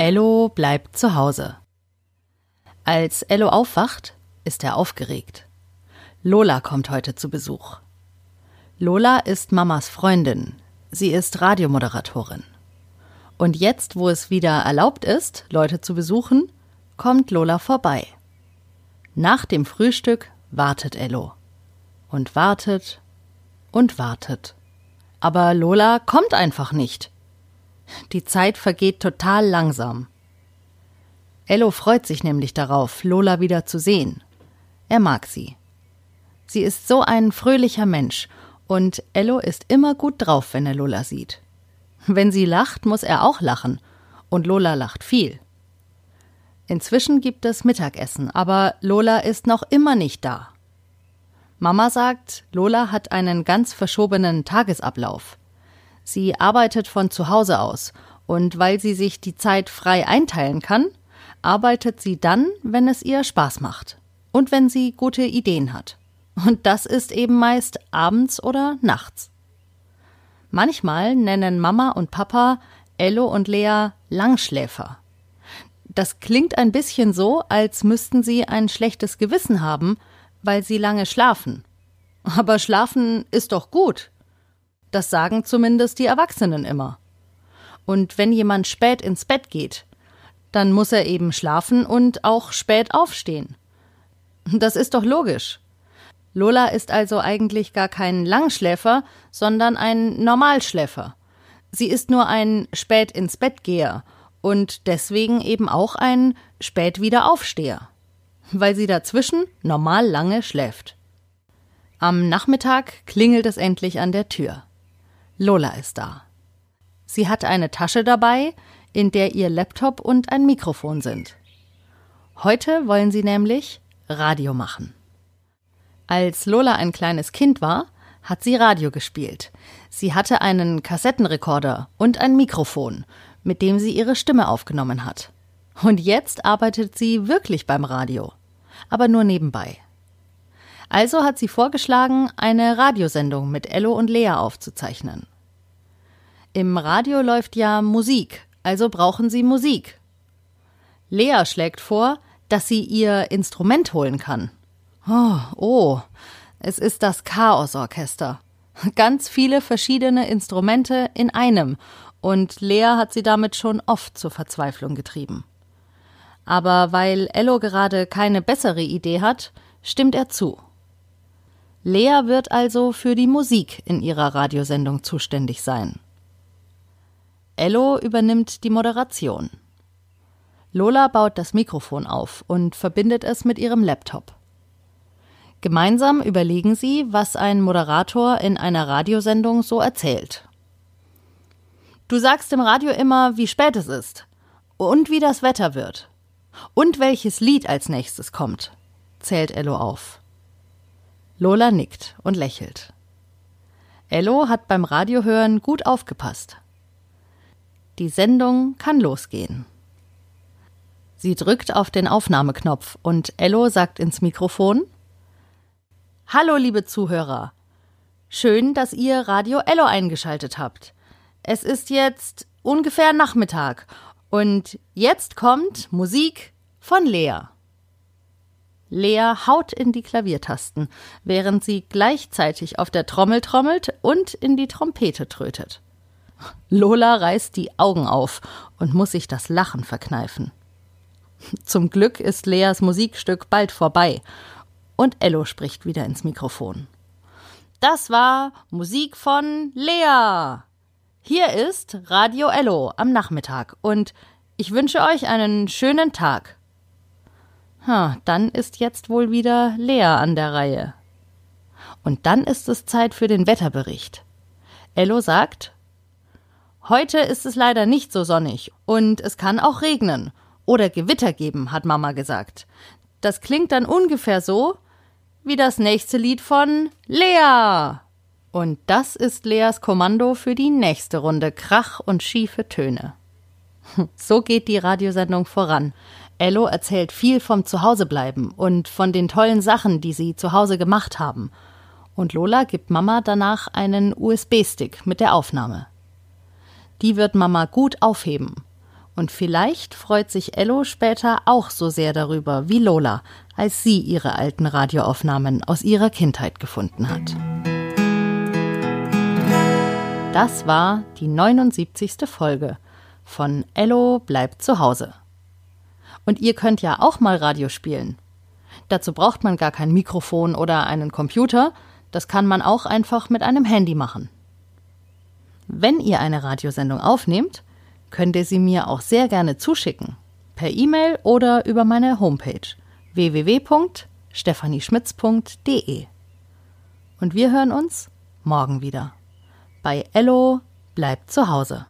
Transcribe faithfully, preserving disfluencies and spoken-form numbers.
Ello bleibt zu Hause. Als Ello aufwacht, ist er aufgeregt. Lola kommt heute zu Besuch. Lola ist Mamas Freundin. Sie ist Radiomoderatorin. Und jetzt, wo es wieder erlaubt ist, Leute zu besuchen, kommt Lola vorbei. Nach dem Frühstück wartet Ello. Und wartet und wartet. Aber Lola kommt einfach nicht. Die Zeit vergeht total langsam. Ello freut sich nämlich darauf, Lola wieder zu sehen. Er mag sie. Sie ist so ein fröhlicher Mensch und Ello ist immer gut drauf, wenn er Lola sieht. Wenn sie lacht, muss er auch lachen und Lola lacht viel. Inzwischen gibt es Mittagessen, aber Lola ist noch immer nicht da. Mama sagt, Lola hat einen ganz verschobenen Tagesablauf. Sie arbeitet von zu Hause aus und weil sie sich die Zeit frei einteilen kann, arbeitet sie dann, wenn es ihr Spaß macht und wenn sie gute Ideen hat. Und das ist eben meist abends oder nachts. Manchmal nennen Mama und Papa Ello und Lea Langschläfer. Das klingt ein bisschen so, als müssten sie ein schlechtes Gewissen haben, weil sie lange schlafen. Aber schlafen ist doch gut. Das sagen zumindest die Erwachsenen immer. Und wenn jemand spät ins Bett geht, dann muss er eben schlafen und auch spät aufstehen. Das ist doch logisch. Lola ist also eigentlich gar kein Langschläfer, sondern ein Normalschläfer. Sie ist nur ein Spät-ins-Bett-Geher und deswegen eben auch ein Spät-wieder-Aufsteher, weil sie dazwischen normal lange schläft. Am Nachmittag klingelt es endlich an der Tür. Lola ist da. Sie hat eine Tasche dabei, in der ihr Laptop und ein Mikrofon sind. Heute wollen sie nämlich Radio machen. Als Lola ein kleines Kind war, hat sie Radio gespielt. Sie hatte einen Kassettenrekorder und ein Mikrofon, mit dem sie ihre Stimme aufgenommen hat. Und jetzt arbeitet sie wirklich beim Radio, aber nur nebenbei. Also hat sie vorgeschlagen, eine Radiosendung mit Ello und Lea aufzuzeichnen. Im Radio läuft ja Musik, also brauchen sie Musik. Lea schlägt vor, dass sie ihr Instrument holen kann. Oh, oh, es ist das Chaosorchester. Ganz viele verschiedene Instrumente in einem und Lea hat sie damit schon oft zur Verzweiflung getrieben. Aber weil Ello gerade keine bessere Idee hat, stimmt er zu. Lea wird also für die Musik in ihrer Radiosendung zuständig sein. Ello übernimmt die Moderation. Lola baut das Mikrofon auf und verbindet es mit ihrem Laptop. Gemeinsam überlegen sie, was ein Moderator in einer Radiosendung so erzählt. Du sagst im Radio immer, wie spät es ist und wie das Wetter wird und welches Lied als nächstes kommt, zählt Ello auf. Lola nickt und lächelt. Ello hat beim Radiohören gut aufgepasst. Die Sendung kann losgehen. Sie drückt auf den Aufnahmeknopf und Ello sagt ins Mikrofon: Hallo, liebe Zuhörer. Schön, dass ihr Radio Ello eingeschaltet habt. Es ist jetzt ungefähr Nachmittag und jetzt kommt Musik von Lea. Lea haut in die Klaviertasten, während sie gleichzeitig auf der Trommel trommelt und in die Trompete trötet. Lola reißt die Augen auf und muss sich das Lachen verkneifen. Zum Glück ist Leas Musikstück bald vorbei und Ello spricht wieder ins Mikrofon. Das war Musik von Lea. Hier ist Radio Ello am Nachmittag und ich wünsche euch einen schönen Tag. Ha, dann ist jetzt wohl wieder Lea an der Reihe. Und dann ist es Zeit für den Wetterbericht. Ello sagt: Heute ist es leider nicht so sonnig und es kann auch regnen oder Gewitter geben, hat Mama gesagt. Das klingt dann ungefähr so wie das nächste Lied von Lea. Und das ist Leas Kommando für die nächste Runde Krach und schiefe Töne. So geht die Radiosendung voran. Ello erzählt viel vom Zuhausebleiben und von den tollen Sachen, die sie zu Hause gemacht haben. Und Lola gibt Mama danach einen U S B-Stick mit der Aufnahme. Die wird Mama gut aufheben. Und vielleicht freut sich Ello später auch so sehr darüber wie Lola, als sie ihre alten Radioaufnahmen aus ihrer Kindheit gefunden hat. Das war die neunundsiebzigste Folge von Ello bleibt zu Hause. Und ihr könnt ja auch mal Radio spielen. Dazu braucht man gar kein Mikrofon oder einen Computer, das kann man auch einfach mit einem Handy machen. Wenn ihr eine Radiosendung aufnehmt, könnt ihr sie mir auch sehr gerne zuschicken, per E-Mail oder über meine Homepage w w w punkt stephanieschmitz punkt d e. Und wir hören uns morgen wieder bei Ello bleibt zu Hause.